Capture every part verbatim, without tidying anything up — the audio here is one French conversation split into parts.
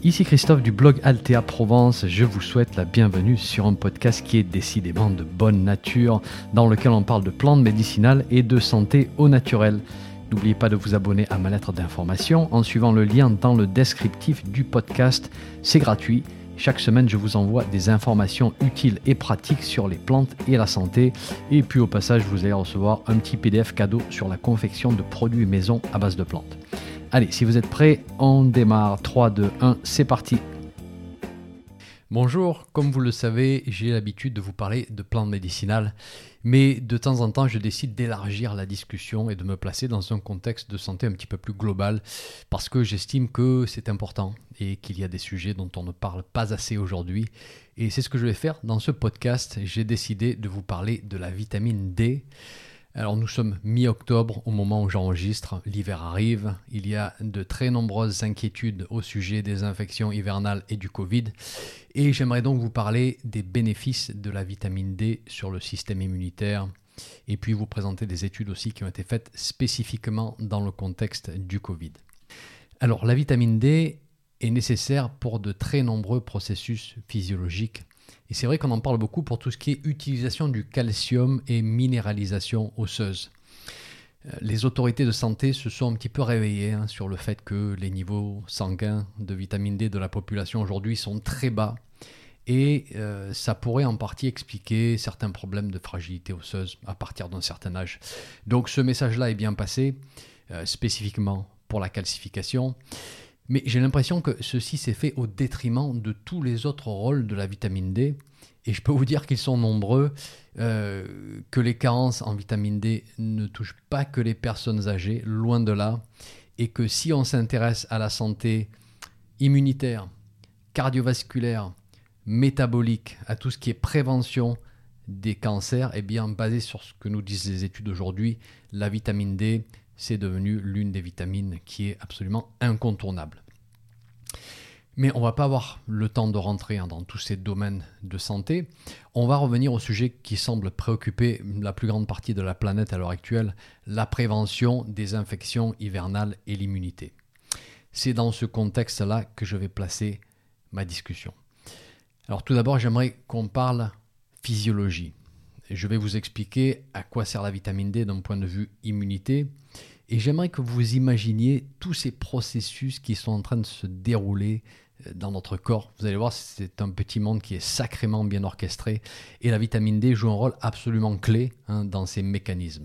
Ici Christophe du blog Altea Provence, je vous souhaite la bienvenue sur un podcast qui est décidément de bonne nature, dans lequel on parle de plantes médicinales et de santé au naturel. N'oubliez pas de vous abonner à ma lettre d'information en suivant le lien dans le descriptif du podcast, c'est gratuit. Chaque semaine, je vous envoie des informations utiles et pratiques sur les plantes et la santé. Et puis au passage, vous allez recevoir un petit P D F cadeau sur la confection de produits maison à base de plantes. Allez, si vous êtes prêts, on démarre. trois, deux, un, c'est parti. Bonjour, comme vous le savez, j'ai l'habitude de vous parler de plantes médicinales, mais de temps en temps, je décide d'élargir la discussion et de me placer dans un contexte de santé un petit peu plus global, parce que j'estime que c'est important et qu'il y a des sujets dont on ne parle pas assez aujourd'hui. Et c'est ce que je vais faire dans ce podcast. J'ai décidé de vous parler de la vitamine D. Alors nous sommes mi-octobre au moment où j'enregistre, l'hiver arrive, il y a de très nombreuses inquiétudes au sujet des infections hivernales et du Covid et j'aimerais donc vous parler des bénéfices de la vitamine D sur le système immunitaire et puis vous présenter des études aussi qui ont été faites spécifiquement dans le contexte du Covid. Alors la vitamine D est nécessaire pour de très nombreux processus physiologiques. Et c'est vrai qu'on en parle beaucoup pour tout ce qui est utilisation du calcium et minéralisation osseuse. Les autorités de santé se sont un petit peu réveillées hein, sur le fait que les niveaux sanguins de vitamine D de la population aujourd'hui sont très bas. Et euh, ça pourrait en partie expliquer certains problèmes de fragilité osseuse à partir d'un certain âge. Donc ce message-là est bien passé, euh, spécifiquement pour la calcification. Mais j'ai l'impression que ceci s'est fait au détriment de tous les autres rôles de la vitamine D. Et je peux vous dire qu'ils sont nombreux, euh, que les carences en vitamine D ne touchent pas que les personnes âgées, loin de là. Et que si on s'intéresse à la santé immunitaire, cardiovasculaire, métabolique, à tout ce qui est prévention des cancers, eh bien, basé sur ce que nous disent les études aujourd'hui, la vitamine D, c'est devenu l'une des vitamines qui est absolument incontournable. Mais on ne va pas avoir le temps de rentrer dans tous ces domaines de santé. On va revenir au sujet qui semble préoccuper la plus grande partie de la planète à l'heure actuelle, la prévention des infections hivernales et l'immunité. C'est dans ce contexte-là que je vais placer ma discussion. Alors tout d'abord, j'aimerais qu'on parle physiologie. Je vais vous expliquer à quoi sert la vitamine D d'un point de vue immunité. Et j'aimerais que vous imaginiez tous ces processus qui sont en train de se dérouler dans notre corps. Vous allez voir, c'est un petit monde qui est sacrément bien orchestré. Et la vitamine D joue un rôle absolument clé hein, dans ces mécanismes.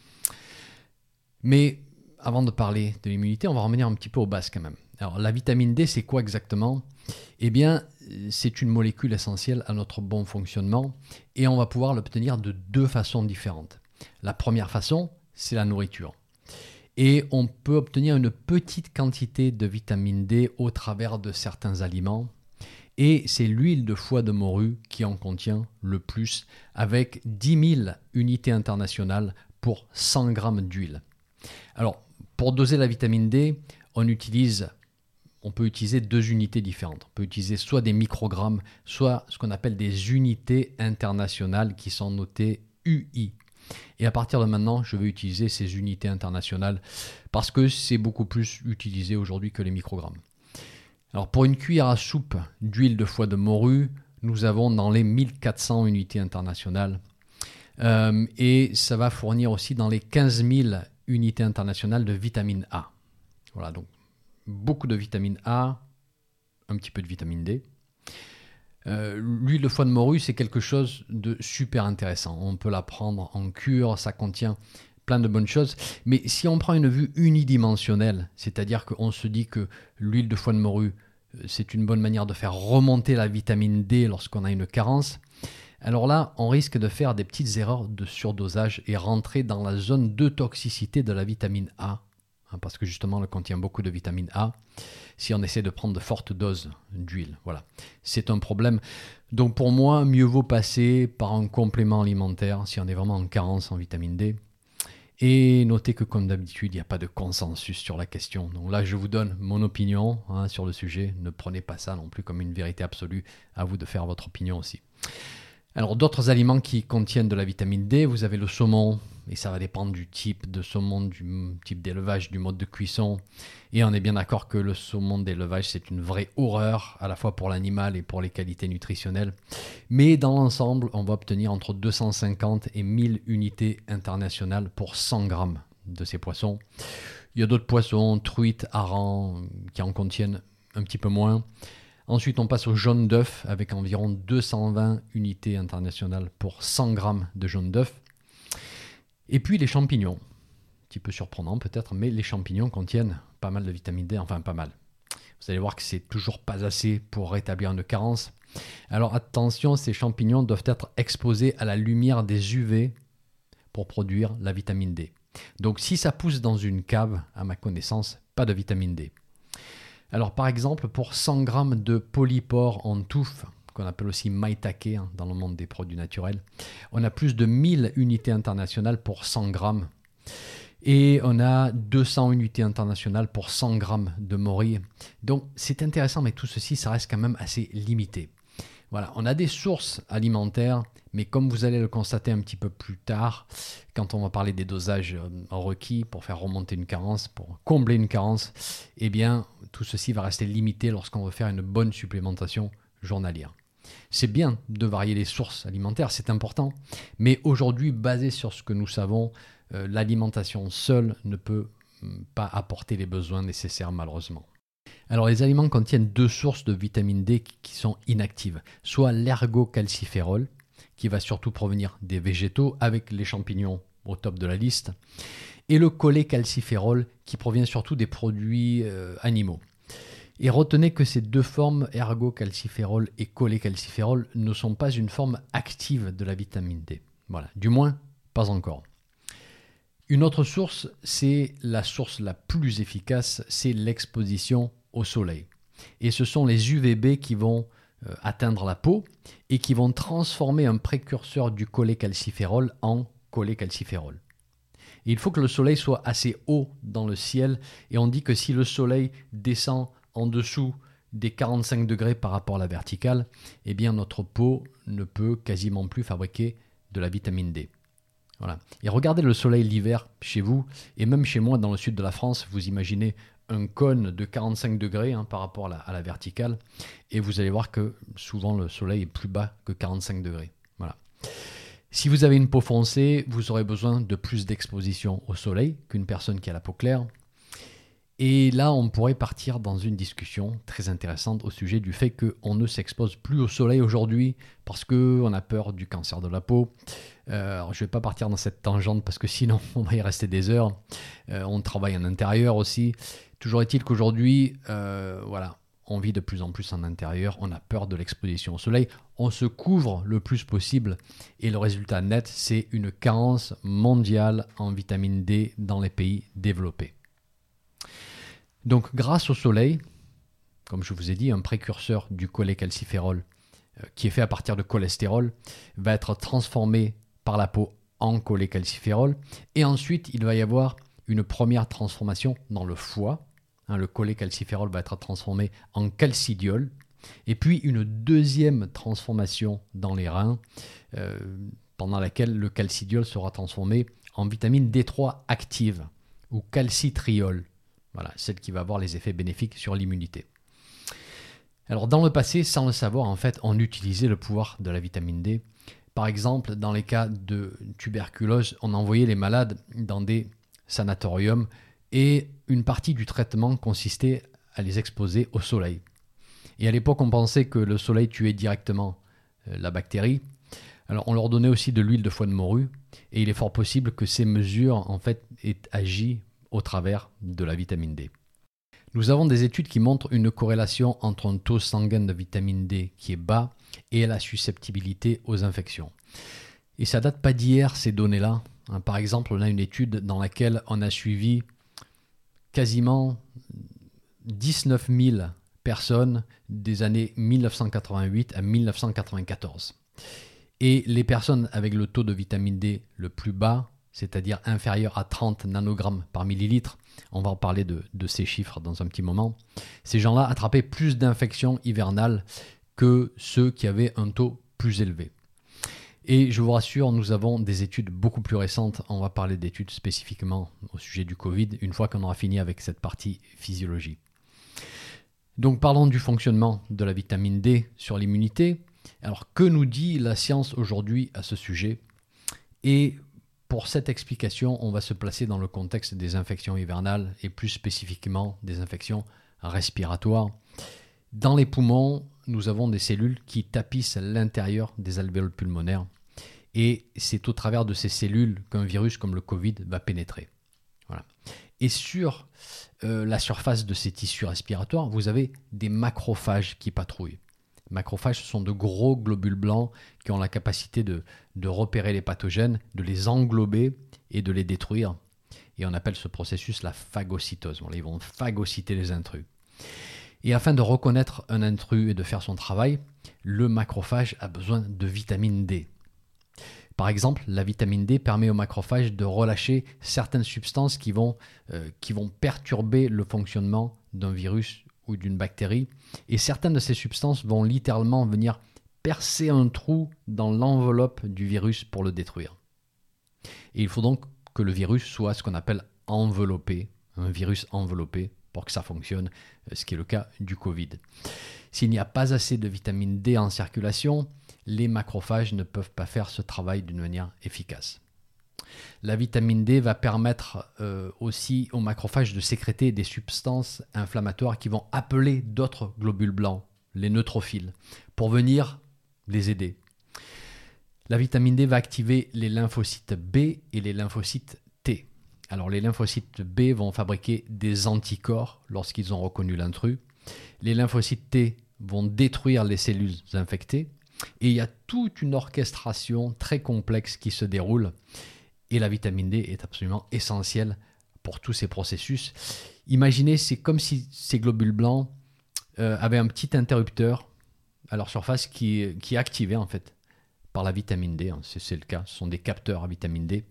Mais avant de parler de l'immunité, on va revenir un petit peu aux bases quand même. Alors la vitamine D, c'est quoi exactement ? Eh bien, c'est une molécule essentielle à notre bon fonctionnement et on va pouvoir l'obtenir de deux façons différentes. La première façon, c'est la nourriture. Et on peut obtenir une petite quantité de vitamine D au travers de certains aliments. Et c'est l'huile de foie de morue qui en contient le plus, avec dix mille unités internationales pour cent grammes d'huile. Alors, pour doser la vitamine D, on utilise, on peut utiliser deux unités différentes. On peut utiliser soit des microgrammes, soit ce qu'on appelle des unités internationales qui sont notées U I. Et à partir de maintenant, je vais utiliser ces unités internationales parce que c'est beaucoup plus utilisé aujourd'hui que les microgrammes. Alors pour une cuillère à soupe d'huile de foie de morue, nous avons dans les mille quatre cents unités internationales. Euh, et ça va fournir aussi dans les quinze mille unités internationales de vitamine A. Voilà, donc beaucoup de vitamine A, un petit peu de vitamine D. Euh, l'huile de foie de morue, c'est quelque chose de super intéressant. On peut la prendre en cure, ça contient plein de bonnes choses. Mais si on prend une vue unidimensionnelle, c'est-à-dire qu'on se dit que l'huile de foie de morue, c'est une bonne manière de faire remonter la vitamine D lorsqu'on a une carence, alors là, on risque de faire des petites erreurs de surdosage et rentrer dans la zone de toxicité de la vitamine A, hein, parce que justement, elle contient beaucoup de vitamine A. Si on essaie de prendre de fortes doses d'huile. Voilà, c'est un problème. Donc pour moi, mieux vaut passer par un complément alimentaire si on est vraiment en carence en vitamine D. Et notez que comme d'habitude, il n'y a pas de consensus sur la question. Donc là, je vous donne mon opinion hein, sur le sujet. Ne prenez pas ça non plus comme une vérité absolue. À vous de faire votre opinion aussi. Alors d'autres aliments qui contiennent de la vitamine D, vous avez le saumon, et ça va dépendre du type de saumon, du type d'élevage, du mode de cuisson. Et on est bien d'accord que le saumon d'élevage, c'est une vraie horreur, à la fois pour l'animal et pour les qualités nutritionnelles. Mais dans l'ensemble, on va obtenir entre deux cent cinquante et mille unités internationales pour cent grammes de ces poissons. Il y a d'autres poissons, truites, harengs, qui en contiennent un petit peu moins. Ensuite, on passe au jaune d'œuf avec environ deux cent vingt unités internationales pour cent grammes de jaune d'œuf. Et puis les champignons, un petit peu surprenant peut-être, mais les champignons contiennent pas mal de vitamine D, enfin pas mal. Vous allez voir que c'est toujours pas assez pour rétablir une carence. Alors attention, ces champignons doivent être exposés à la lumière des U V pour produire la vitamine D. Donc si ça pousse dans une cave, à ma connaissance, pas de vitamine D. Alors par exemple, pour cent grammes de polypore en touffe, qu'on appelle aussi maitake hein, dans le monde des produits naturels, on a plus de mille unités internationales pour cent grammes. Et on a deux cents unités internationales pour cent grammes de morille. Donc c'est intéressant, mais tout ceci, ça reste quand même assez limité. Voilà, on a des sources alimentaires, mais comme vous allez le constater un petit peu plus tard, quand on va parler des dosages requis pour faire remonter une carence, pour combler une carence, eh bien, tout ceci va rester limité lorsqu'on veut faire une bonne supplémentation journalière. C'est bien de varier les sources alimentaires, c'est important, mais aujourd'hui, basé sur ce que nous savons, euh, l'alimentation seule ne peut pas apporter les besoins nécessaires malheureusement. Alors les aliments contiennent deux sources de vitamine D qui sont inactives, soit l'ergocalciférol, qui va surtout provenir des végétaux avec les champignons au top de la liste, et le cholécalciférol qui provient surtout des produits euh, animaux. Et retenez que ces deux formes, ergocalciférol et cholécalciférol, ne sont pas une forme active de la vitamine D. Voilà, du moins, pas encore. Une autre source, c'est la source la plus efficace, c'est l'exposition au soleil. Et ce sont les U V B qui vont euh, atteindre la peau et qui vont transformer un précurseur du cholécalciférol en cholécalciférol. Et il faut que le soleil soit assez haut dans le ciel et on dit que si le soleil descend en dessous des quarante-cinq degrés par rapport à la verticale, eh bien notre peau ne peut quasiment plus fabriquer de la vitamine D. Voilà. Et regardez le soleil l'hiver chez vous, et même chez moi dans le sud de la France, vous imaginez un cône de quarante-cinq degrés hein, par rapport à la, à la verticale, et vous allez voir que souvent le soleil est plus bas que quarante-cinq degrés. Voilà. Si vous avez une peau foncée, vous aurez besoin de plus d'exposition au soleil qu'une personne qui a la peau claire. Et là, on pourrait partir dans une discussion très intéressante au sujet du fait qu'on ne s'expose plus au soleil aujourd'hui parce qu'on a peur du cancer de la peau. Euh, alors, je ne vais pas partir dans cette tangente parce que sinon, on va y rester des heures. Euh, on travaille en intérieur aussi. Toujours est-il qu'aujourd'hui, euh, voilà, on vit de plus en plus en intérieur. On a peur de l'exposition au soleil. On se couvre le plus possible. Et le résultat net, c'est une carence mondiale en vitamine D dans les pays développés. Donc grâce au soleil, comme je vous ai dit, un précurseur du cholécalciférol euh, qui est fait à partir de cholestérol va être transformé par la peau en cholécalciférol et ensuite il va y avoir une première transformation dans le foie. Hein, le cholécalciférol va être transformé en calcidiol et puis une deuxième transformation dans les reins euh, pendant laquelle le calcidiol sera transformé en vitamine D trois active ou calcitriol. Voilà, celle qui va avoir les effets bénéfiques sur l'immunité. Alors dans le passé, sans le savoir, en fait, on utilisait le pouvoir de la vitamine D. Par exemple, dans les cas de tuberculose, on envoyait les malades dans des sanatoriums et une partie du traitement consistait à les exposer au soleil. Et à l'époque, on pensait que le soleil tuait directement la bactérie. Alors on leur donnait aussi de l'huile de foie de morue et il est fort possible que ces mesures en fait aient agi au travers de la vitamine D. Nous avons des études qui montrent une corrélation entre un taux sanguin de vitamine D qui est bas et la susceptibilité aux infections. Et ça date pas d'hier ces données-là. Par exemple, on a une étude dans laquelle on a suivi quasiment dix-neuf mille personnes des années mille neuf cent quatre-vingt-huit à mille neuf cent quatre-vingt-quatorze. Et les personnes avec le taux de vitamine D le plus bas, c'est-à-dire inférieur à trente nanogrammes par millilitre, on va en parler de, de ces chiffres dans un petit moment, ces gens-là attrapaient plus d'infections hivernales que ceux qui avaient un taux plus élevé. Et je vous rassure, nous avons des études beaucoup plus récentes. On va parler d'études spécifiquement au sujet du Covid, une fois qu'on aura fini avec cette partie physiologie. Donc parlons du fonctionnement de la vitamine D sur l'immunité. Alors que nous dit la science aujourd'hui à ce sujet? Et pour cette explication, on va se placer dans le contexte des infections hivernales et plus spécifiquement des infections respiratoires. Dans les poumons, nous avons des cellules qui tapissent l'intérieur des alvéoles pulmonaires et c'est au travers de ces cellules qu'un virus comme le Covid va pénétrer. Voilà. Et sur euh, la surface de ces tissus respiratoires, vous avez des macrophages qui patrouillent. Les macrophages, ce sont de gros globules blancs qui ont la capacité de, de repérer les pathogènes, de les englober et de les détruire. Et on appelle ce processus la phagocytose. Voilà, ils vont phagocyter les intrus. Et afin de reconnaître un intrus et de faire son travail, le macrophage a besoin de vitamine D. Par exemple, la vitamine D permet au macrophage de relâcher certaines substances qui vont, euh, qui vont perturber le fonctionnement d'un virus ou d'une bactérie. Et certaines de ces substances vont littéralement venir percer un trou dans l'enveloppe du virus pour le détruire. Et il faut donc que le virus soit ce qu'on appelle enveloppé, un virus enveloppé, pour que ça fonctionne, ce qui est le cas du Covid. S'il n'y a pas assez de vitamine D en circulation, les macrophages ne peuvent pas faire ce travail d'une manière efficace. La vitamine D va permettre euh, aussi aux macrophages de sécréter des substances inflammatoires qui vont appeler d'autres globules blancs, les neutrophiles, pour venir les aider. La vitamine D va activer les lymphocytes B et les lymphocytes T. Alors les lymphocytes B vont fabriquer des anticorps lorsqu'ils ont reconnu l'intrus. Les lymphocytes T vont détruire les cellules infectées. Et il y a toute une orchestration très complexe qui se déroule. Et la vitamine D est absolument essentielle pour tous ces processus. Imaginez, c'est comme si ces globules blancs euh, avaient un petit interrupteur à leur surface qui, qui est activé en fait par la vitamine D. C'est, c'est le cas, ce sont des capteurs à vitamine D.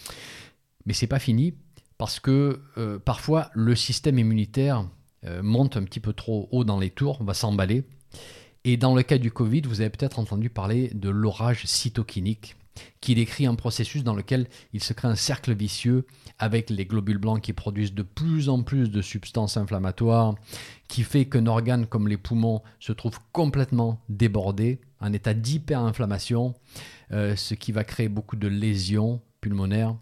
Mais ce n'est pas fini parce que euh, parfois le système immunitaire euh, monte un petit peu trop haut dans les tours, va s'emballer. Et dans le cas du Covid, vous avez peut-être entendu parler de l'orage cytokinique, qui décrit un processus dans lequel il se crée un cercle vicieux avec les globules blancs qui produisent de plus en plus de substances inflammatoires, qui fait qu'un organe comme les poumons se trouve complètement débordé, en état d'hyperinflammation, euh, ce qui va créer beaucoup de lésions pulmonaires.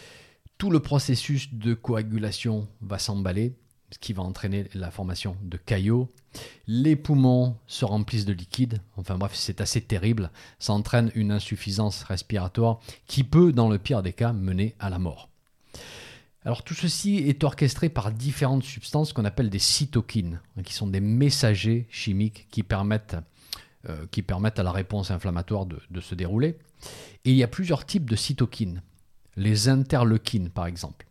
Tout le processus de coagulation va s'emballer, ce qui va entraîner la formation de caillots. Les poumons se remplissent de liquide. Enfin bref, c'est assez terrible. Ça entraîne une insuffisance respiratoire qui peut, dans le pire des cas, mener à la mort. Alors tout ceci est orchestré par différentes substances qu'on appelle des cytokines, qui sont des messagers chimiques qui permettent, euh, qui permettent à la réponse inflammatoire de, de se dérouler. Et il y a plusieurs types de cytokines. Les interleukines, par exemple.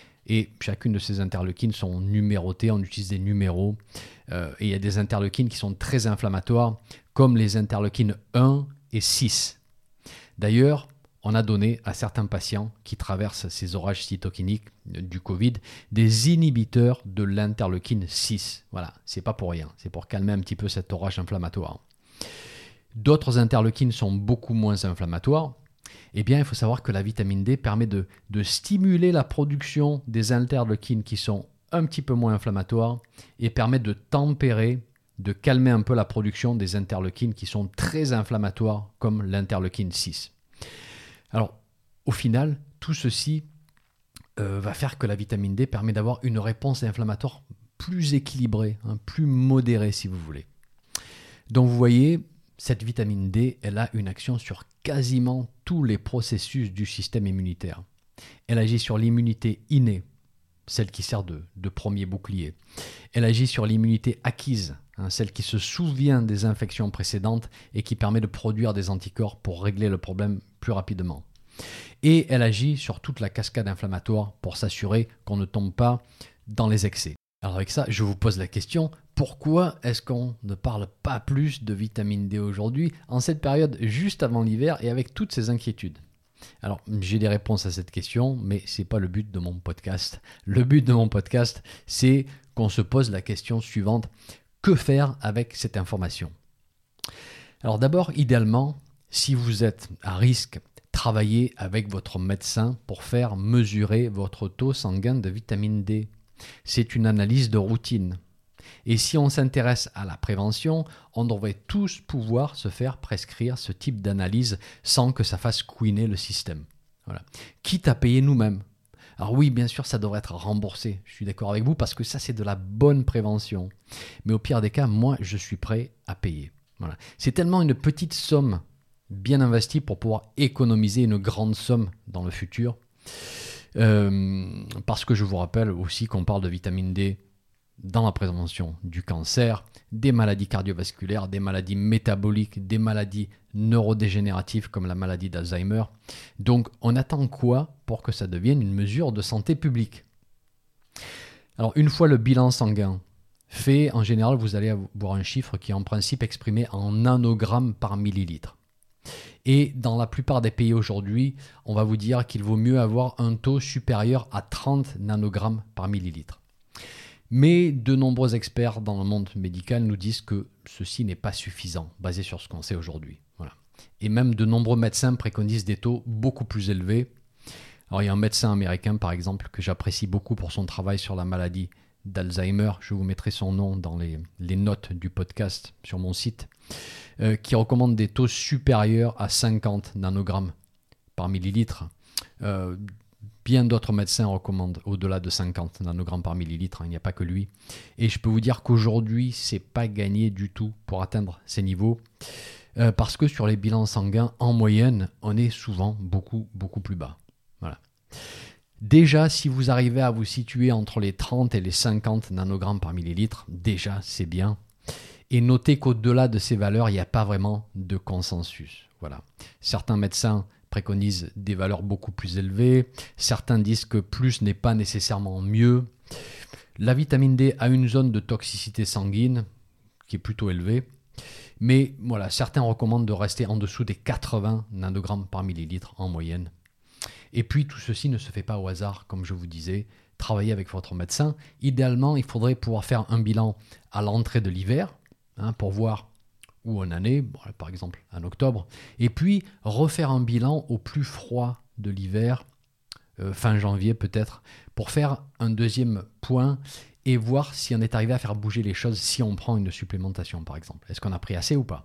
Et chacune de ces interleukines sont numérotées, on utilise des numéros. Euh, et il y a des interleukines qui sont très inflammatoires, comme les interleukines un et six. D'ailleurs, on a donné à certains patients qui traversent ces orages cytokiniques du Covid des inhibiteurs de l'interleukine six. Voilà, c'est pas pour rien, c'est pour calmer un petit peu cet orage inflammatoire. D'autres interleukines sont beaucoup moins inflammatoires. Eh bien, il faut savoir que la vitamine D permet de, de stimuler la production des interleukines qui sont un petit peu moins inflammatoires et permet de tempérer, de calmer un peu la production des interleukines qui sont très inflammatoires comme l'interleukine six. Alors, au final, tout ceci euh, va faire que la vitamine D permet d'avoir une réponse inflammatoire plus équilibrée, hein, plus modérée si vous voulez. Donc vous voyez, cette vitamine D, elle a une action sur quasiment tous les processus du système immunitaire. Elle agit sur l'immunité innée, celle qui sert de, de premier bouclier. Elle agit sur l'immunité acquise, hein, celle qui se souvient des infections précédentes et qui permet de produire des anticorps pour régler le problème plus rapidement. Et elle agit sur toute la cascade inflammatoire pour s'assurer qu'on ne tombe pas dans les excès. Alors avec ça, je vous pose la question, pourquoi est-ce qu'on ne parle pas plus de vitamine D aujourd'hui, en cette période juste avant l'hiver et avec toutes ces inquiétudes ? Alors, j'ai des réponses à cette question, mais ce n'est pas le but de mon podcast. Le but de mon podcast, c'est qu'on se pose la question suivante, que faire avec cette information ? Alors d'abord, idéalement, Si vous êtes à risque, travaillez avec votre médecin pour faire mesurer votre taux sanguin de vitamine D. C'est une analyse de routine. Et si on s'intéresse à la prévention, on devrait tous pouvoir se faire prescrire ce type d'analyse sans que ça fasse couiner le système. Voilà. Quitte à payer nous-mêmes. Alors oui, bien sûr, ça devrait être remboursé. Je suis d'accord avec vous parce que ça, c'est de la bonne prévention. Mais au pire des cas, moi, je suis prêt à payer. Voilà. C'est tellement une petite somme bien investie pour pouvoir économiser une grande somme dans le futur. Euh, parce que je vous rappelle aussi qu'on parle de vitamine D dans la prévention du cancer, des maladies cardiovasculaires, des maladies métaboliques, des maladies neurodégénératives comme la maladie d'Alzheimer. Donc on attend quoi pour que ça devienne une mesure de santé publique? Alors une fois le bilan sanguin fait, en général vous allez avoir un chiffre qui est en principe exprimé en nanogrammes par millilitre. Et dans la plupart des pays aujourd'hui, on va vous dire qu'il vaut mieux avoir un taux supérieur à trente nanogrammes par millilitre. Mais de nombreux experts dans le monde médical nous disent que ceci n'est pas suffisant, basé sur ce qu'on sait aujourd'hui. Voilà. Et même de nombreux médecins préconisent des taux beaucoup plus élevés. Alors il y a un médecin américain par exemple que j'apprécie beaucoup pour son travail sur la maladie d'Alzheimer, je vous mettrai son nom dans les, les notes du podcast sur mon site, euh, qui recommande des taux supérieurs à cinquante nanogrammes par millilitre. Euh, Bien d'autres médecins recommandent au-delà de cinquante nanogrammes par millilitre, hein, il n'y a pas que lui. Et je peux vous dire qu'aujourd'hui, ce n'est pas gagné du tout pour atteindre ces niveaux, euh, parce que sur les bilans sanguins, en moyenne, on est souvent beaucoup, beaucoup plus bas. Voilà. Déjà, si vous arrivez à vous situer entre les trente et les cinquante nanogrammes par millilitre, déjà, c'est bien. Et notez qu'au-delà de ces valeurs, il n'y a pas vraiment de consensus. Voilà. Certains médecins préconisent des valeurs beaucoup plus élevées. Certains disent que plus n'est pas nécessairement mieux. La vitamine D a une zone de toxicité sanguine qui est plutôt élevée. Mais voilà, certains recommandent de rester en dessous des quatre-vingts nanogrammes par millilitre en moyenne. Et puis tout ceci ne se fait pas au hasard, comme je vous disais. Travaillez avec votre médecin. Idéalement, il faudrait pouvoir faire un bilan à l'entrée de l'hiver, hein, pour voir où on en est, bon, par exemple en octobre, et puis refaire un bilan au plus froid de l'hiver, euh, fin janvier peut-être, pour faire un deuxième point et voir si on est arrivé à faire bouger les choses si on prend une supplémentation par exemple. Est-ce qu'on a pris assez ou pas?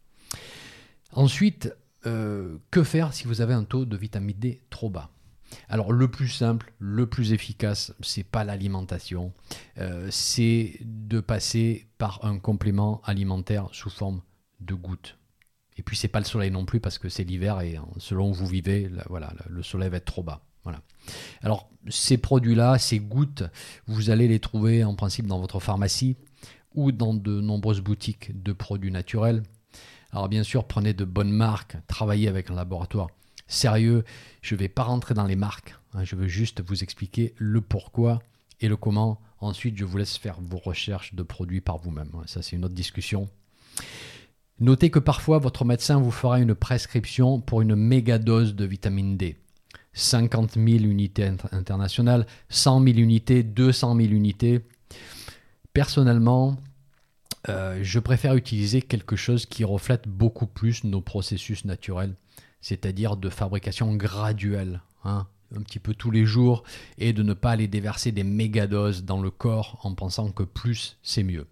Ensuite, euh, que faire si vous avez un taux de vitamine D trop bas? Alors le plus simple, le plus efficace, c'est pas l'alimentation, euh, c'est de passer par un complément alimentaire sous forme de gouttes. Et puis c'est pas le soleil non plus parce que c'est l'hiver et selon où vous vivez, là, voilà, le soleil va être trop bas. Voilà. Alors ces produits-là, ces gouttes, vous allez les trouver en principe dans votre pharmacie ou dans de nombreuses boutiques de produits naturels. Alors bien sûr, prenez de bonnes marques, travaillez avec un laboratoire sérieux. Je ne vais pas rentrer dans les marques, hein, je veux juste vous expliquer le pourquoi et le comment. Ensuite, je vous laisse faire vos recherches de produits par vous-même. Ça, c'est une autre discussion. Notez que parfois, votre médecin vous fera une prescription pour une méga dose de vitamine D. cinquante mille unités internationales, cent mille unités, deux cent mille unités. Personnellement, euh, je préfère utiliser quelque chose qui reflète beaucoup plus nos processus naturels, c'est-à-dire de fabrication graduelle, hein, un petit peu tous les jours, et de ne pas aller déverser des mégadoses dans le corps en pensant que plus, c'est mieux.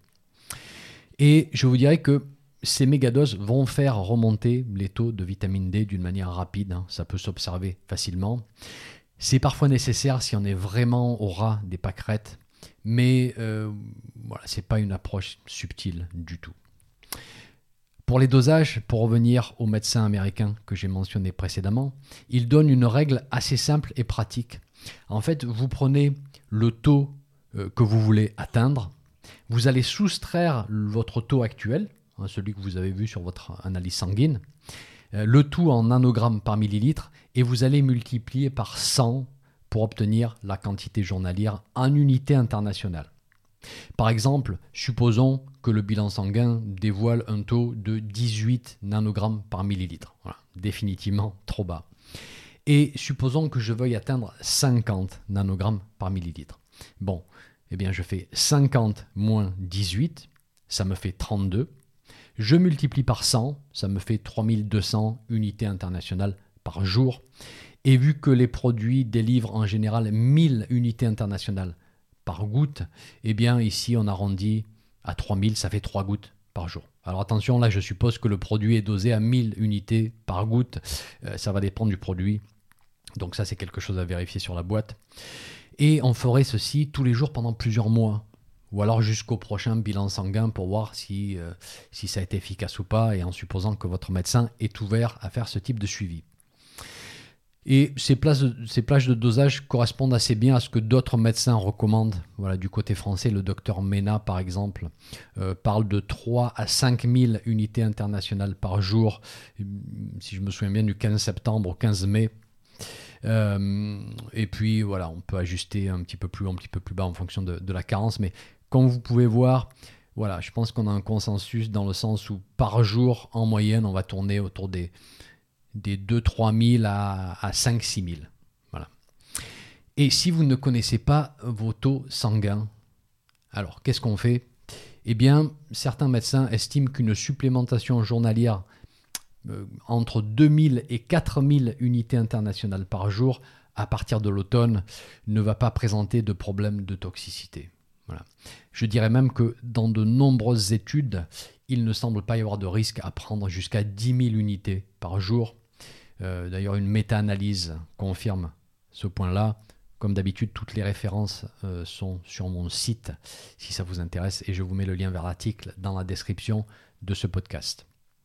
Et je vous dirais que ces mégadoses vont faire remonter les taux de vitamine D d'une manière rapide, hein, ça peut s'observer facilement. C'est parfois nécessaire si on est vraiment au ras des pâquerettes, mais euh, voilà, ce n'est pas une approche subtile du tout. Pour les dosages, pour revenir au médecin américain que j'ai mentionné précédemment, il donne une règle assez simple et pratique. En fait, vous prenez le taux euh, que vous voulez atteindre, vous allez soustraire votre taux actuel, hein, celui que vous avez vu sur votre analyse sanguine, euh, le tout en nanogrammes par millilitre, et vous allez multiplier par cent pour obtenir la quantité journalière en unité internationale. Par exemple, supposons que le bilan sanguin dévoile un taux de dix-huit nanogrammes par millilitre. Voilà, définitivement trop bas. Et supposons que je veuille atteindre cinquante nanogrammes par millilitre. Bon, eh bien je fais cinquante moins dix-huit, ça me fait trente-deux. Je multiplie par cent, ça me fait trois mille deux cents unités internationales par jour. Et vu que les produits délivrent en général mille unités internationales par goutte, eh bien ici on arrondit à trois mille, ça fait trois gouttes par jour. Alors attention, là je suppose que le produit est dosé à mille unités par goutte, euh, ça va dépendre du produit. Donc ça c'est quelque chose à vérifier sur la boîte. Et on ferait ceci tous les jours pendant plusieurs mois. Ou alors jusqu'au prochain bilan sanguin pour voir si, euh, si ça a été efficace ou pas, et en supposant que votre médecin est ouvert à faire ce type de suivi. Et ces plages, de, ces plages de dosage correspondent assez bien à ce que d'autres médecins recommandent. Voilà, du côté français, le docteur Mena, par exemple, euh, parle de trois à cinq mille unités internationales par jour, si je me souviens bien, du quinze septembre au quinze mai. Euh, et puis, voilà, on peut ajuster un petit peu plus haut, un petit peu plus bas en fonction de, de la carence, mais comme vous pouvez voir, voilà, je pense qu'on a un consensus dans le sens où par jour, en moyenne, on va tourner autour des, des deux à trois mille à, à cinq à six mille. Voilà. Et si vous ne connaissez pas vos taux sanguins, alors qu'est-ce qu'on fait ? Eh bien, certains médecins estiment qu'une supplémentation journalière euh, entre deux mille et quatre mille unités internationales par jour à partir de l'automne ne va pas présenter de problème de toxicité. Voilà. Je dirais même que dans de nombreuses études, il ne semble pas y avoir de risque à prendre jusqu'à dix mille unités par jour. Euh, d'ailleurs, une méta-analyse confirme ce point-là. Comme d'habitude, toutes les références euh, sont sur mon site si ça vous intéresse, et je vous mets le lien vers l'article dans la description de ce podcast.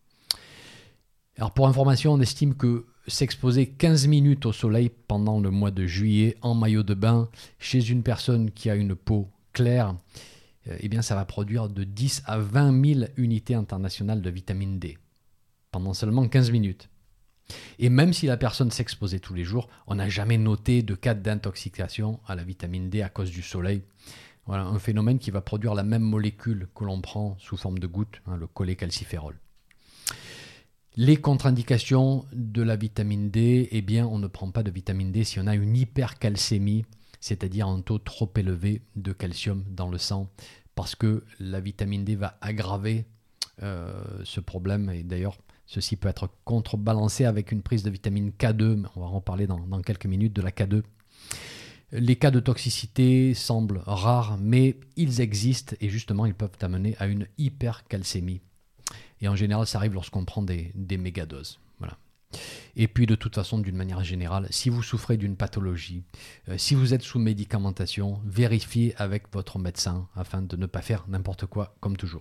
Alors pour information, on estime que s'exposer quinze minutes au soleil pendant le mois de juillet en maillot de bain chez une personne qui a une peau clair, eh bien ça va produire de dix à vingt mille unités internationales de vitamine D pendant seulement quinze minutes. Et même si la personne s'exposait tous les jours, on n'a jamais noté de cas d'intoxication à la vitamine D à cause du soleil. Voilà, un phénomène qui va produire la même molécule que l'on prend sous forme de gouttes, hein, le cholécalciférol. Les contre-indications de la vitamine D, eh bien on ne prend pas de vitamine D si on a une hypercalcémie, c'est-à-dire un taux trop élevé de calcium dans le sang, parce que la vitamine D va aggraver euh, ce problème, et d'ailleurs ceci peut être contrebalancé avec une prise de vitamine K deux, on va en parler dans, dans quelques minutes de la K deux. Les cas de toxicité semblent rares, mais ils existent et justement ils peuvent amener à une hypercalcémie. Et en général ça arrive lorsqu'on prend des, des mégadoses. Voilà. Et puis de toute façon, d'une manière générale, si vous souffrez d'une pathologie, euh, si vous êtes sous médicamentation, vérifiez avec votre médecin afin de ne pas faire n'importe quoi, comme toujours.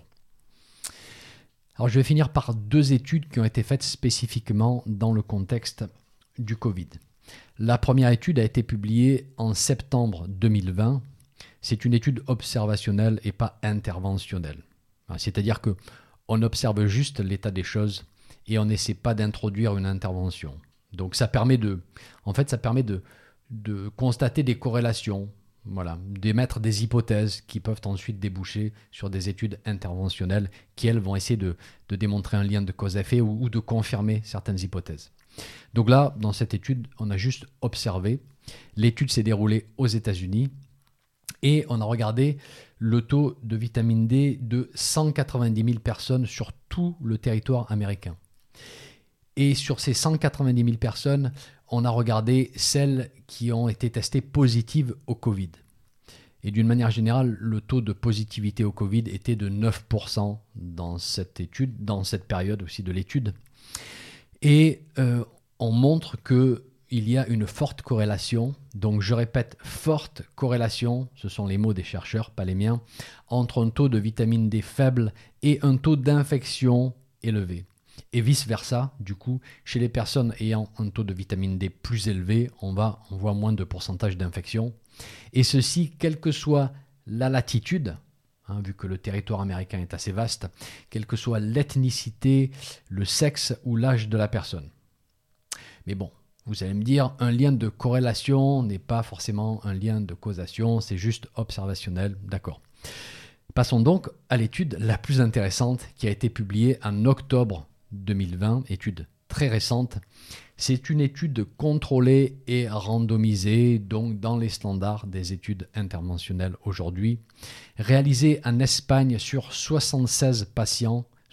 Alors je vais finir par deux études qui ont été faites spécifiquement dans le contexte du Covid. La première étude a été publiée en septembre deux mille vingt. C'est une étude observationnelle et pas interventionnelle. C'est-à-dire qu'on observe juste l'état des choses et on n'essaie pas d'introduire une intervention. Donc ça permet de, en fait, ça permet de, de constater des corrélations, voilà, d'émettre des hypothèses qui peuvent ensuite déboucher sur des études interventionnelles qui, elles, vont essayer de, de démontrer un lien de cause à effet ou, ou de confirmer certaines hypothèses. Donc là, dans cette étude, on a juste observé. L'étude s'est déroulée aux États-Unis et on a regardé le taux de vitamine D de cent quatre-vingt-dix mille personnes sur tout le territoire américain. Et sur ces cent quatre-vingt-dix mille personnes, on a regardé celles qui ont été testées positives au Covid. Et d'une manière générale, le taux de positivité au Covid était de neuf pour cent dans cette étude, dans cette période aussi de l'étude. Et euh, on montre qu'il y a une forte corrélation, donc je répète, forte corrélation, ce sont les mots des chercheurs, pas les miens, entre un taux de vitamine D faible et un taux d'infection élevé. Et vice-versa, du coup, chez les personnes ayant un taux de vitamine D plus élevé, on, va, on voit moins de pourcentage d'infection. Et ceci, quelle que soit la latitude, hein, vu que le territoire américain est assez vaste, quelle que soit l'ethnicité, le sexe ou l'âge de la personne. Mais bon, vous allez me dire, un lien de corrélation n'est pas forcément un lien de causation, c'est juste observationnel, d'accord. Passons donc à l'étude la plus intéressante qui a été publiée en octobre deux mille vingt, étude très récente. C'est une étude contrôlée et randomisée, donc dans les standards des études interventionnelles aujourd'hui, réalisée en Espagne sur soixante-seize patients,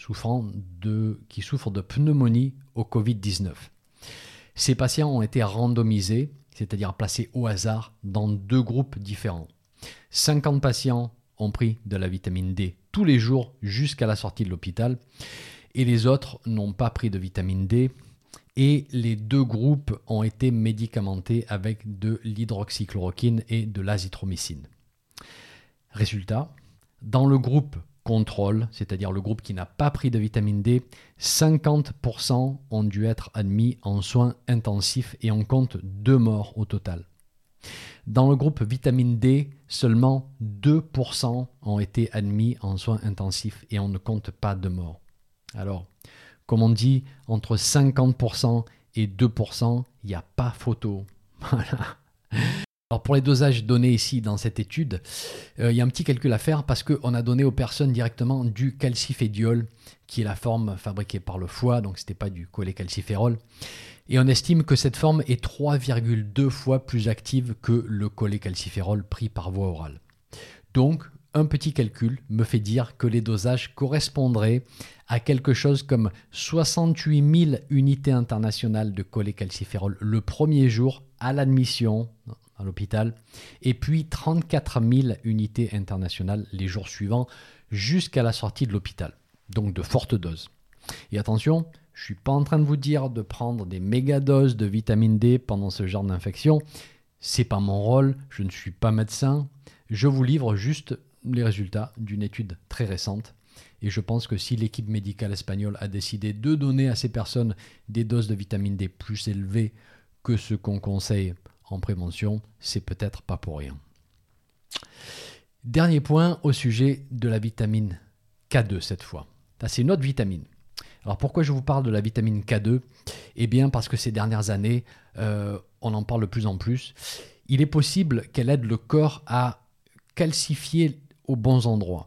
souffrant de, qui souffrent de pneumonie au covid dix-neuf. Ces patients ont été randomisés, c'est-à-dire placés au hasard, dans deux groupes différents. cinquante patients ont pris de la vitamine D tous les jours jusqu'à la sortie de l'hôpital et les autres n'ont pas pris de vitamine D et les deux groupes ont été médicamentés avec de l'hydroxychloroquine et de l'azithromycine. Résultat, dans le groupe contrôle, c'est-à-dire le groupe qui n'a pas pris de vitamine D, cinquante pour cent ont dû être admis en soins intensifs et on compte deux morts au total. Dans le groupe vitamine D, seulement deux pour cent ont été admis en soins intensifs et on ne compte pas de morts. Alors, comme on dit, entre cinquante pour cent et deux pour cent, il n'y a pas photo. Voilà. Alors pour les dosages donnés ici dans cette étude, euh, il y a un petit calcul à faire parce qu'on a donné aux personnes directement du calcifédiol, qui est la forme fabriquée par le foie, donc ce n'était pas du cholécalciférol. Et on estime que cette forme est trois virgule deux fois plus active que le cholécalciférol pris par voie orale. Donc, un petit calcul me fait dire que les dosages correspondraient à quelque chose comme soixante-huit mille unités internationales de cholécalciférol le premier jour à l'admission à l'hôpital, et puis trente-quatre mille unités internationales les jours suivants jusqu'à la sortie de l'hôpital. Donc de fortes doses. Et attention, je ne suis pas en train de vous dire de prendre des méga doses de vitamine D pendant ce genre d'infection. Ce n'est pas mon rôle, je ne suis pas médecin. Je vous livre juste les résultats d'une étude très récente. Et je pense que si l'équipe médicale espagnole a décidé de donner à ces personnes des doses de vitamine D plus élevées que ce qu'on conseille en prévention, c'est peut-être pas pour rien. Dernier point au sujet de la vitamine K deux cette fois. Ça, c'est une autre vitamine. Alors pourquoi je vous parle de la vitamine K deux ? Eh bien parce que ces dernières années, euh, on en parle de plus en plus. Il est possible qu'elle aide le corps à calcifier aux bons endroits.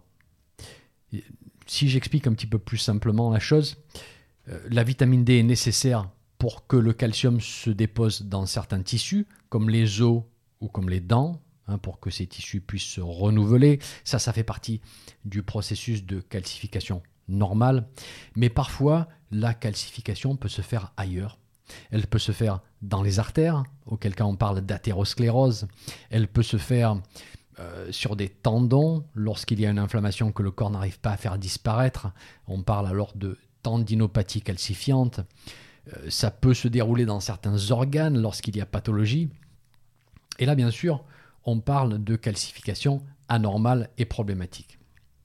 Si j'explique un petit peu plus simplement la chose, euh, la vitamine D est nécessaire pour que le calcium se dépose dans certains tissus, comme les os ou comme les dents, hein, pour que ces tissus puissent se renouveler. Ça, ça fait partie du processus de calcification normal. Mais parfois, la calcification peut se faire ailleurs. Elle peut se faire dans les artères, auquel cas on parle d'athérosclérose. Elle peut se faire euh, sur des tendons, lorsqu'il y a une inflammation que le corps n'arrive pas à faire disparaître. On parle alors de tendinopathie calcifiante. Euh, ça peut se dérouler dans certains organes lorsqu'il y a pathologie. Et là, bien sûr, on parle de calcification anormale et problématique.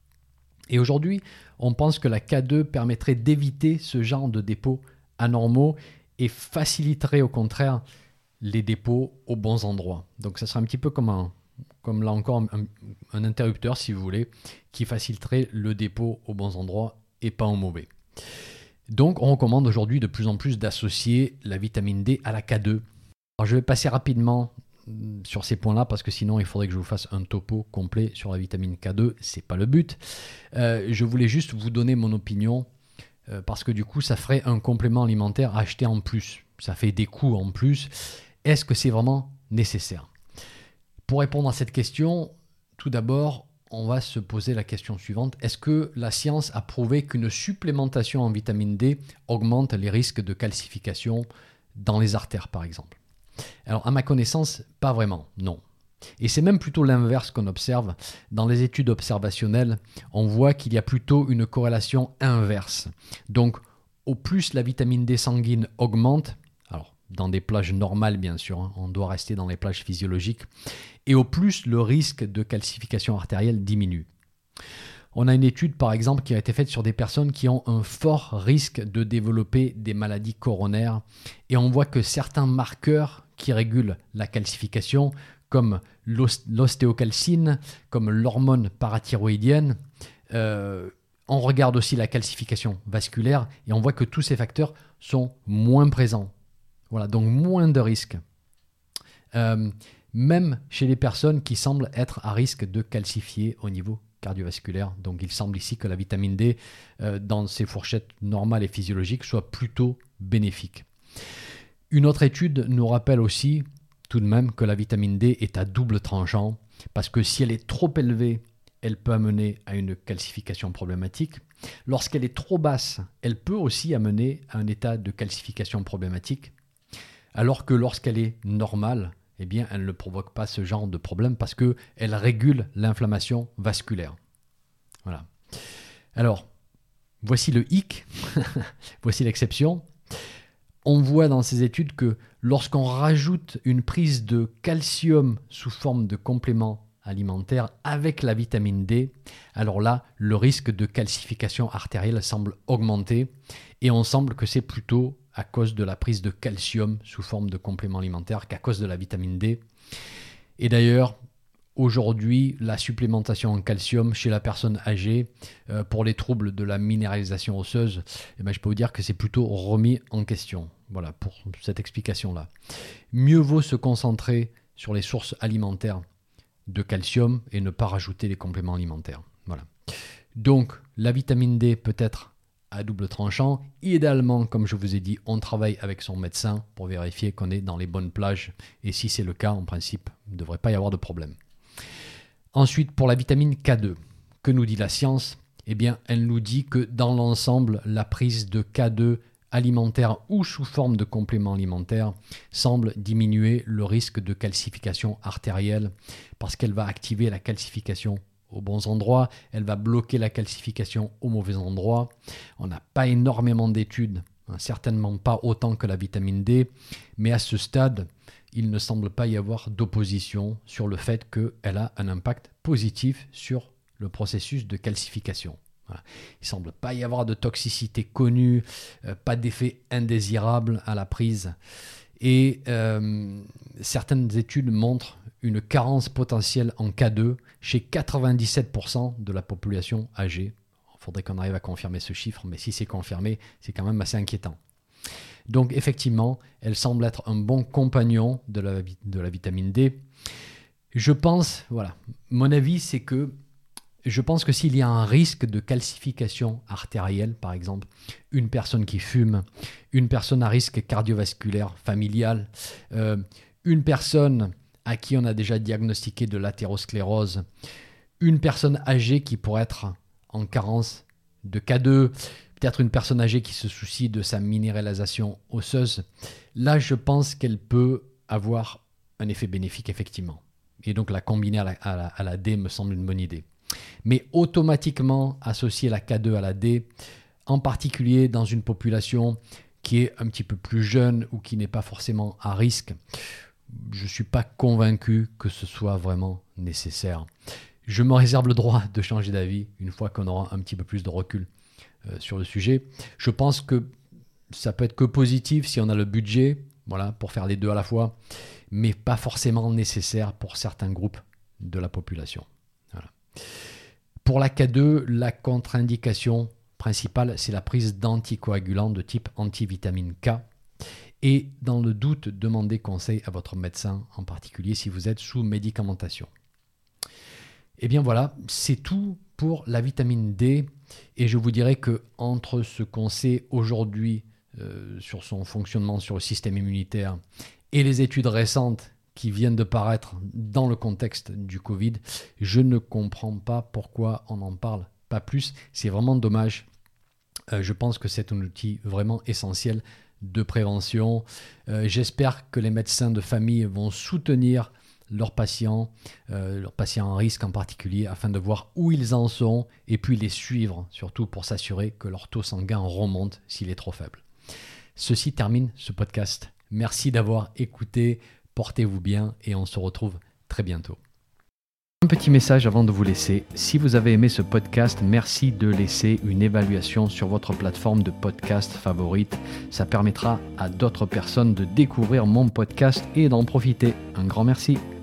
Et aujourd'hui, on pense que la K deux permettrait d'éviter ce genre de dépôts anormaux et faciliterait au contraire les dépôts aux bons endroits. Donc ça serait un petit peu comme, un, comme là encore un, un interrupteur, si vous voulez, qui faciliterait le dépôt aux bons endroits et pas aux mauvais. Donc on recommande aujourd'hui de plus en plus d'associer la vitamine D à la K deux. Alors je vais passer rapidement sur ces points-là parce que sinon il faudrait que je vous fasse un topo complet sur la vitamine K deux, c'est pas le but. Euh, je voulais juste vous donner mon opinion euh, parce que du coup ça ferait un complément alimentaire à acheter en plus. Ça fait des coûts en plus. Est-ce que c'est vraiment nécessaire ? Pour répondre à cette question, tout d'abord, on va se poser la question suivante. Est-ce que la science a prouvé qu'une supplémentation en vitamine D augmente les risques de calcification dans les artères par exemple ? Alors, à ma connaissance, pas vraiment, non. Et c'est même plutôt l'inverse qu'on observe. Dans les études observationnelles, on voit qu'il y a plutôt une corrélation inverse. Donc, au plus la vitamine D sanguine augmente, alors dans des plages normales bien sûr, hein, on doit rester dans les plages physiologiques, et au plus le risque de calcification artérielle diminue. On a une étude par exemple qui a été faite sur des personnes qui ont un fort risque de développer des maladies coronaires et on voit que certains marqueurs qui régulent la calcification comme l'ostéocalcine, comme l'hormone parathyroïdienne, euh, on regarde aussi la calcification vasculaire et on voit que tous ces facteurs sont moins présents. Voilà, donc moins de risques. Euh, même chez les personnes qui semblent être à risque de calcifier au niveau cardiovasculaire. Donc il semble ici que la vitamine D, euh, dans ses fourchettes normales et physiologiques, soit plutôt bénéfique. Une autre étude nous rappelle aussi tout de même que la vitamine D est à double tranchant, parce que si elle est trop élevée, elle peut amener à une calcification problématique. Lorsqu'elle est trop basse, elle peut aussi amener à un état de calcification problématique, alors que lorsqu'elle est normale, eh bien, elle ne provoque pas ce genre de problème parce qu'elle régule l'inflammation vasculaire. Voilà. Alors, voici le hic, voici l'exception. On voit dans ces études que lorsqu'on rajoute une prise de calcium sous forme de complément alimentaire avec la vitamine D, alors là, le risque de calcification artérielle semble augmenter et on semble que c'est plutôt à cause de la prise de calcium sous forme de complément alimentaire qu'à cause de la vitamine D. Et d'ailleurs, aujourd'hui, la supplémentation en calcium chez la personne âgée euh, pour les troubles de la minéralisation osseuse, eh bien, je peux vous dire que c'est plutôt remis en question. Voilà, pour cette explication-là. Mieux vaut se concentrer sur les sources alimentaires de calcium et ne pas rajouter les compléments alimentaires. Voilà. Donc, la vitamine D peut être à double tranchant. Idéalement, comme je vous ai dit, on travaille avec son médecin pour vérifier qu'on est dans les bonnes plages. Et si c'est le cas, en principe, il ne devrait pas y avoir de problème. Ensuite, pour la vitamine K deux, que nous dit la science ? Eh bien, elle nous dit que dans l'ensemble, la prise de K deux alimentaire ou sous forme de complément alimentaire semble diminuer le risque de calcification artérielle parce qu'elle va activer la calcification aux bons endroits, elle va bloquer la calcification aux mauvais endroits. On n'a pas énormément d'études, hein, certainement pas autant que la vitamine D, mais à ce stade, il ne semble pas y avoir d'opposition sur le fait qu'elle a un impact positif sur le processus de calcification. Voilà. Il ne semble pas y avoir de toxicité connue, euh, pas d'effet indésirable à la prise. Et euh, certaines études montrent une carence potentielle en K deux chez quatre-vingt-dix-sept pour cent de la population âgée. Il faudrait qu'on arrive à confirmer ce chiffre, mais si c'est confirmé, c'est quand même assez inquiétant. Donc effectivement, elle semble être un bon compagnon de la, de la vitamine D. Je pense, voilà, mon avis c'est que Je pense que s'il y a un risque de calcification artérielle, par exemple, une personne qui fume, une personne à risque cardiovasculaire familial, euh, une personne à qui on a déjà diagnostiqué de l'athérosclérose, une personne âgée qui pourrait être en carence de K deux, peut-être une personne âgée qui se soucie de sa minéralisation osseuse, là je pense qu'elle peut avoir un effet bénéfique effectivement. Et donc la combiner à la, à la, à la D me semble une bonne idée. Mais automatiquement associer la K deux à la D, en particulier dans une population qui est un petit peu plus jeune ou qui n'est pas forcément à risque, je ne suis pas convaincu que ce soit vraiment nécessaire. Je me réserve le droit de changer d'avis une fois qu'on aura un petit peu plus de recul euh, sur le sujet. Je pense que ça peut être que positif si on a le budget, voilà, pour faire les deux à la fois, mais pas forcément nécessaire pour certains groupes de la population. Voilà. Pour la K deux, la contre-indication principale, c'est la prise d'anticoagulants de type antivitamine K. Et dans le doute, demandez conseil à votre médecin, en particulier si vous êtes sous médicamentation. Et bien voilà, c'est tout pour la vitamine D. Et je vous dirais que entre ce qu'on sait aujourd'hui euh, sur son fonctionnement sur le système immunitaire et les études récentes qui viennent de paraître dans le contexte du Covid, je ne comprends pas pourquoi on n'en parle pas plus. C'est vraiment dommage. Euh, je pense que c'est un outil vraiment essentiel de prévention. Euh, j'espère que les médecins de famille vont soutenir leurs patients, euh, leurs patients en risque en particulier, afin de voir où ils en sont et puis les suivre, surtout pour s'assurer que leur taux sanguin remonte s'il est trop faible. Ceci termine ce podcast. Merci d'avoir écouté. Portez-vous bien et on se retrouve très bientôt. Un petit message avant de vous laisser. Si vous avez aimé ce podcast, merci de laisser une évaluation sur votre plateforme de podcast favorite. Ça permettra à d'autres personnes de découvrir mon podcast et d'en profiter. Un grand merci.